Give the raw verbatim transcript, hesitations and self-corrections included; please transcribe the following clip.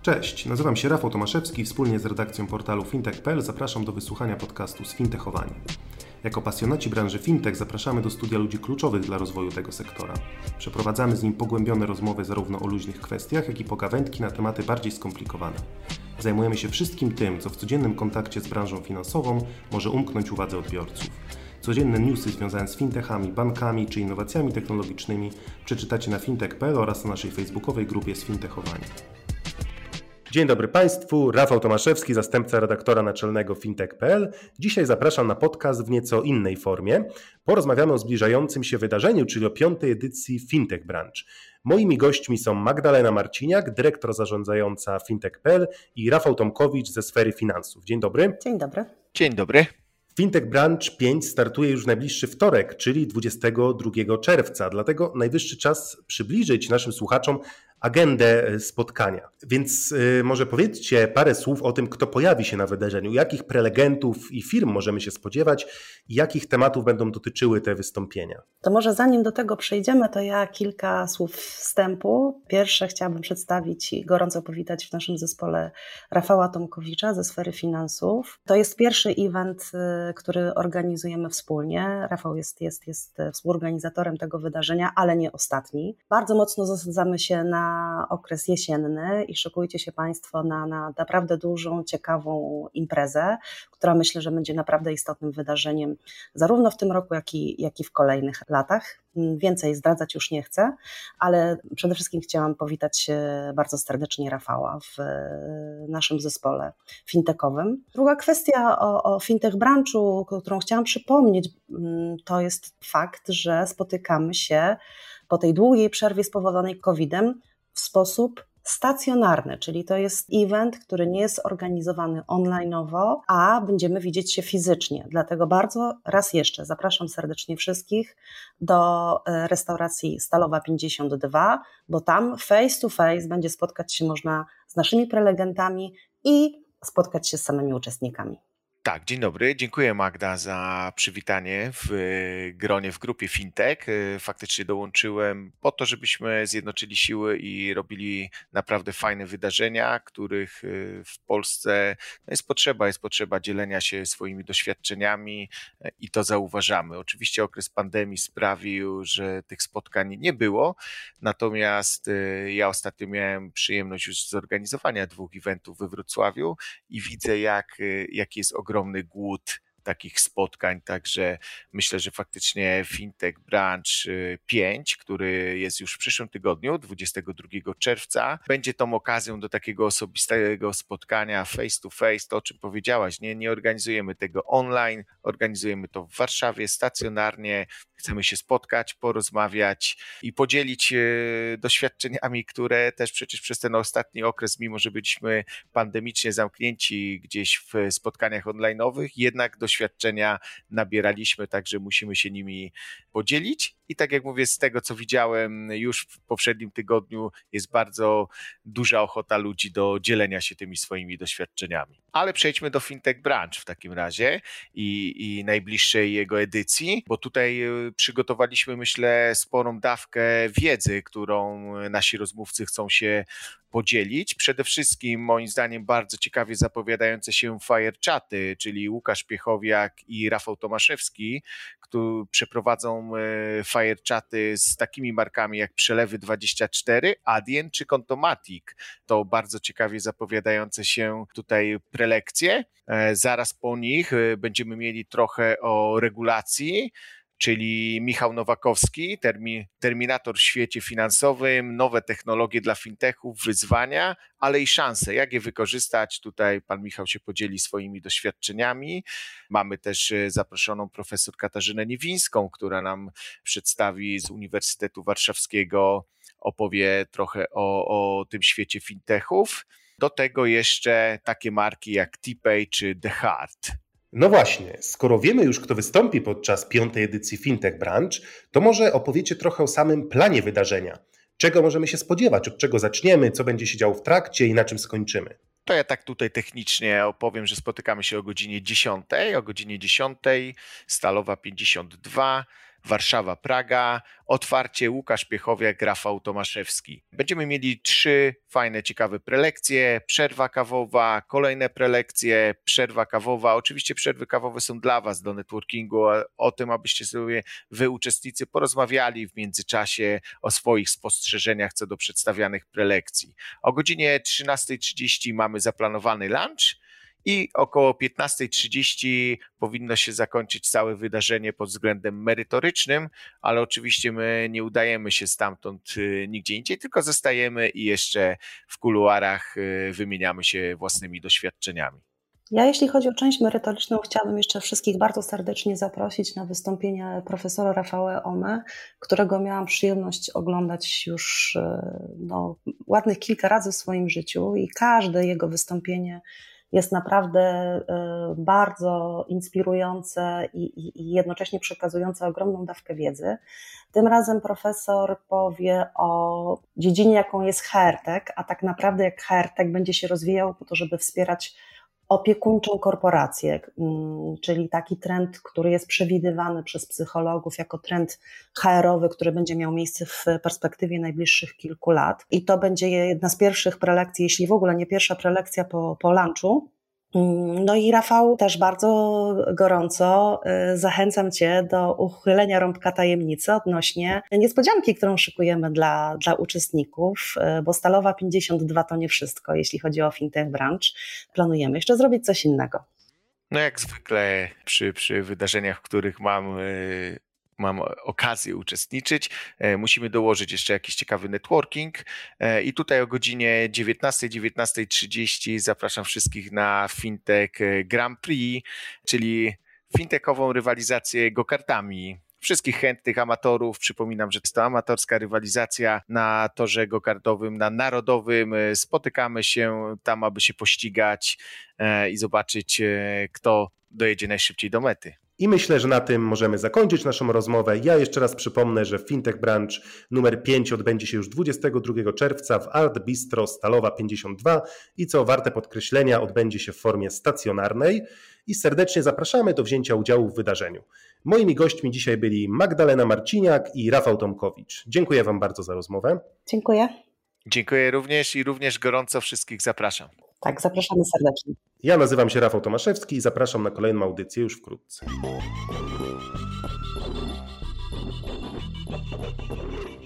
Cześć, nazywam się Rafał Tomaszewski i wspólnie z redakcją portalu fintech kropka p l zapraszam do wysłuchania podcastu Sfintechowani. Jako pasjonaci branży fintech zapraszamy do studia ludzi kluczowych dla rozwoju tego sektora. Przeprowadzamy z nim pogłębione rozmowy zarówno o luźnych kwestiach, jak i pogawędki na tematy bardziej skomplikowane. Zajmujemy się wszystkim tym, co w codziennym kontakcie z branżą finansową może umknąć uwadze odbiorców. Codzienne newsy związane z fintechami, bankami czy innowacjami technologicznymi przeczytacie na fintech kropka p l oraz na naszej facebookowej grupie Sfintechowani. Dzień dobry Państwu, Rafał Tomaszewski, zastępca redaktora naczelnego fintech kropka p l. Dzisiaj zapraszam na podcast w nieco innej formie. Porozmawiamy o zbliżającym się wydarzeniu, czyli o piątej edycji Fintech Branch. Moimi gośćmi są Magdalena Marciniak, dyrektor zarządzająca fintech kropka p l i Rafał Tomkowicz ze sfery finansów. Dzień dobry. Dzień dobry. Dzień dobry. Fintech Branch pięć startuje już w najbliższy wtorek, czyli dwudziestego drugiego czerwca, dlatego najwyższy czas przybliżyć naszym słuchaczom agendę spotkania. Więc y, może powiedzcie parę słów o tym, kto pojawi się na wydarzeniu, jakich prelegentów i firm możemy się spodziewać i jakich tematów będą dotyczyły te wystąpienia. To może zanim do tego przejdziemy, to ja kilka słów wstępu. Pierwsze chciałabym przedstawić i gorąco powitać w naszym zespole Rafała Tomkowicza ze sfery finansów. To jest pierwszy event, y, który organizujemy wspólnie. Rafał jest, jest, jest współorganizatorem tego wydarzenia, ale nie ostatni. Bardzo mocno zasadzamy się na okres jesienny i szykujcie się Państwo na, na naprawdę dużą, ciekawą imprezę, która myślę, że będzie naprawdę istotnym wydarzeniem zarówno w tym roku, jak i, jak i w kolejnych latach. Więcej zdradzać już nie chcę, ale przede wszystkim chciałam powitać bardzo serdecznie Rafała w naszym zespole fintechowym. Druga kwestia o, o Fintech Branchu, którą chciałam przypomnieć, to jest fakt, że spotykamy się po tej długiej przerwie spowodowanej kowidem w sposób stacjonarny, czyli to jest event, który nie jest organizowany online'owo, a będziemy widzieć się fizycznie. Dlatego bardzo raz jeszcze zapraszam serdecznie wszystkich do restauracji Stalowa pięćdziesiąt dwa, bo tam face to face będzie spotkać się można z naszymi prelegentami i spotkać się z samymi uczestnikami. Tak, dzień dobry. Dziękuję Magda za przywitanie w gronie, w grupie Fintech. Faktycznie dołączyłem po to, żebyśmy zjednoczyli siły i robili naprawdę fajne wydarzenia, których w Polsce jest potrzeba, jest potrzeba dzielenia się swoimi doświadczeniami i to zauważamy. Oczywiście okres pandemii sprawił, że tych spotkań nie było, natomiast ja ostatnio miałem przyjemność już zorganizowania dwóch eventów we Wrocławiu i widzę, jak, jaki jest ogromny ogromny głód takich spotkań, także myślę, że faktycznie Fintech Branch pięć, który jest już w przyszłym tygodniu, dwudziestego drugiego czerwca, będzie tą okazją do takiego osobistego spotkania face to face, to o czym powiedziałaś, nie, nie organizujemy tego online, organizujemy to w Warszawie stacjonarnie, chcemy się spotkać, porozmawiać i podzielić się doświadczeniami, które też przecież przez ten ostatni okres, mimo że byliśmy pandemicznie zamknięci gdzieś w spotkaniach online'owych, jednak doświadczenia nabieraliśmy, także musimy się nimi podzielić. I tak jak mówię, z tego co widziałem już w poprzednim tygodniu, jest bardzo duża ochota ludzi do dzielenia się tymi swoimi doświadczeniami. Ale przejdźmy do Fintech Branch w takim razie i, i najbliższej jego edycji, bo tutaj przygotowaliśmy, myślę, sporą dawkę wiedzy, którą nasi rozmówcy chcą się podzielić. Przede wszystkim moim zdaniem bardzo ciekawie zapowiadające się Firechaty, czyli Łukasz Piechowiak i Rafał Tomaszewski, którzy przeprowadzą Firechaty z takimi markami jak Przelewy dwadzieścia cztery, Adyen czy Kontomatic. To bardzo ciekawie zapowiadające się tutaj prelekcje. Zaraz po nich będziemy mieli trochę o regulacji, czyli Michał Nowakowski, termi, terminator w świecie finansowym, nowe technologie dla fintechów, wyzwania, ale i szanse. Jak je wykorzystać? Tutaj pan Michał się podzieli swoimi doświadczeniami. Mamy też zaproszoną profesor Katarzynę Niewińską, która nam przedstawi z Uniwersytetu Warszawskiego, opowie trochę o, o tym świecie fintechów. Do tego jeszcze takie marki jak TPay czy The Heart. No właśnie, skoro wiemy już, kto wystąpi podczas piątej edycji Fintech Branch, to może opowiecie trochę o samym planie wydarzenia. Czego możemy się spodziewać, od czego zaczniemy, co będzie się działo w trakcie i na czym skończymy? To ja tak tutaj technicznie opowiem, że spotykamy się o godzinie dziesiątej. O godzinie dziesiątej Stalowa pięćdziesiąt dwa. Warszawa, Praga, otwarcie Łukasz Piechowiak, Rafał Tomaszewski. Będziemy mieli trzy fajne, ciekawe prelekcje, przerwa kawowa, kolejne prelekcje, przerwa kawowa. Oczywiście przerwy kawowe są dla Was do networkingu, o tym, abyście sobie wy uczestnicy porozmawiali w międzyczasie o swoich spostrzeżeniach co do przedstawianych prelekcji. O godzinie trzynasta trzydzieści mamy zaplanowany lunch i około piętnasta trzydzieści powinno się zakończyć całe wydarzenie pod względem merytorycznym, ale oczywiście my nie udajemy się stamtąd nigdzie indziej, tylko zostajemy i jeszcze w kuluarach wymieniamy się własnymi doświadczeniami. Ja, jeśli chodzi o część merytoryczną, chciałabym jeszcze wszystkich bardzo serdecznie zaprosić na wystąpienie profesora Rafała Omy, którego miałam przyjemność oglądać już no, ładnych kilka razy w swoim życiu i każde jego wystąpienie jest naprawdę bardzo inspirujące i, i, i jednocześnie przekazujące ogromną dawkę wiedzy. Tym razem profesor powie o dziedzinie, jaką jest H R Tech, a tak naprawdę jak H R Tech będzie się rozwijał po to, żeby wspierać opiekuńczą korporację, czyli taki trend, który jest przewidywany przez psychologów jako trend H R-owy, który będzie miał miejsce w perspektywie najbliższych kilku lat. I to będzie jedna z pierwszych prelekcji, jeśli w ogóle nie pierwsza prelekcja po, po lunchu. No i Rafał, też bardzo gorąco zachęcam Cię do uchylenia rąbka tajemnicy odnośnie niespodzianki, którą szykujemy dla, dla uczestników, bo Stalowa pięćdziesiąt dwa to nie wszystko, jeśli chodzi o Fintech Branch. Planujemy jeszcze zrobić coś innego. No jak zwykle przy, przy wydarzeniach, w których mam... Yy... mam okazję uczestniczyć, musimy dołożyć jeszcze jakiś ciekawy networking i tutaj o godzinie dziewiętnasta dziewiętnasta trzydzieści zapraszam wszystkich na Fintech Grand Prix, czyli fintechową rywalizację go-kartami. Wszystkich chętnych amatorów, przypominam, że jest to amatorska rywalizacja na torze go-kartowym, na narodowym. Spotykamy się tam, aby się pościgać i zobaczyć, kto dojedzie najszybciej do mety. I myślę, że na tym możemy zakończyć naszą rozmowę. Ja jeszcze raz przypomnę, że Fintech Branch numer pięć odbędzie się już dwudziestego drugiego czerwca w Art Bistro Stalowa pięćdziesiąt dwa i co warte podkreślenia, odbędzie się w formie stacjonarnej i serdecznie zapraszamy do wzięcia udziału w wydarzeniu. Moimi gośćmi dzisiaj byli Magdalena Marciniak i Rafał Tomkowicz. Dziękuję Wam bardzo za rozmowę. Dziękuję. Dziękuję również i również gorąco wszystkich zapraszam. Tak, zapraszamy serdecznie. Ja nazywam się Rafał Tomaszewski i zapraszam na kolejną audycję już wkrótce.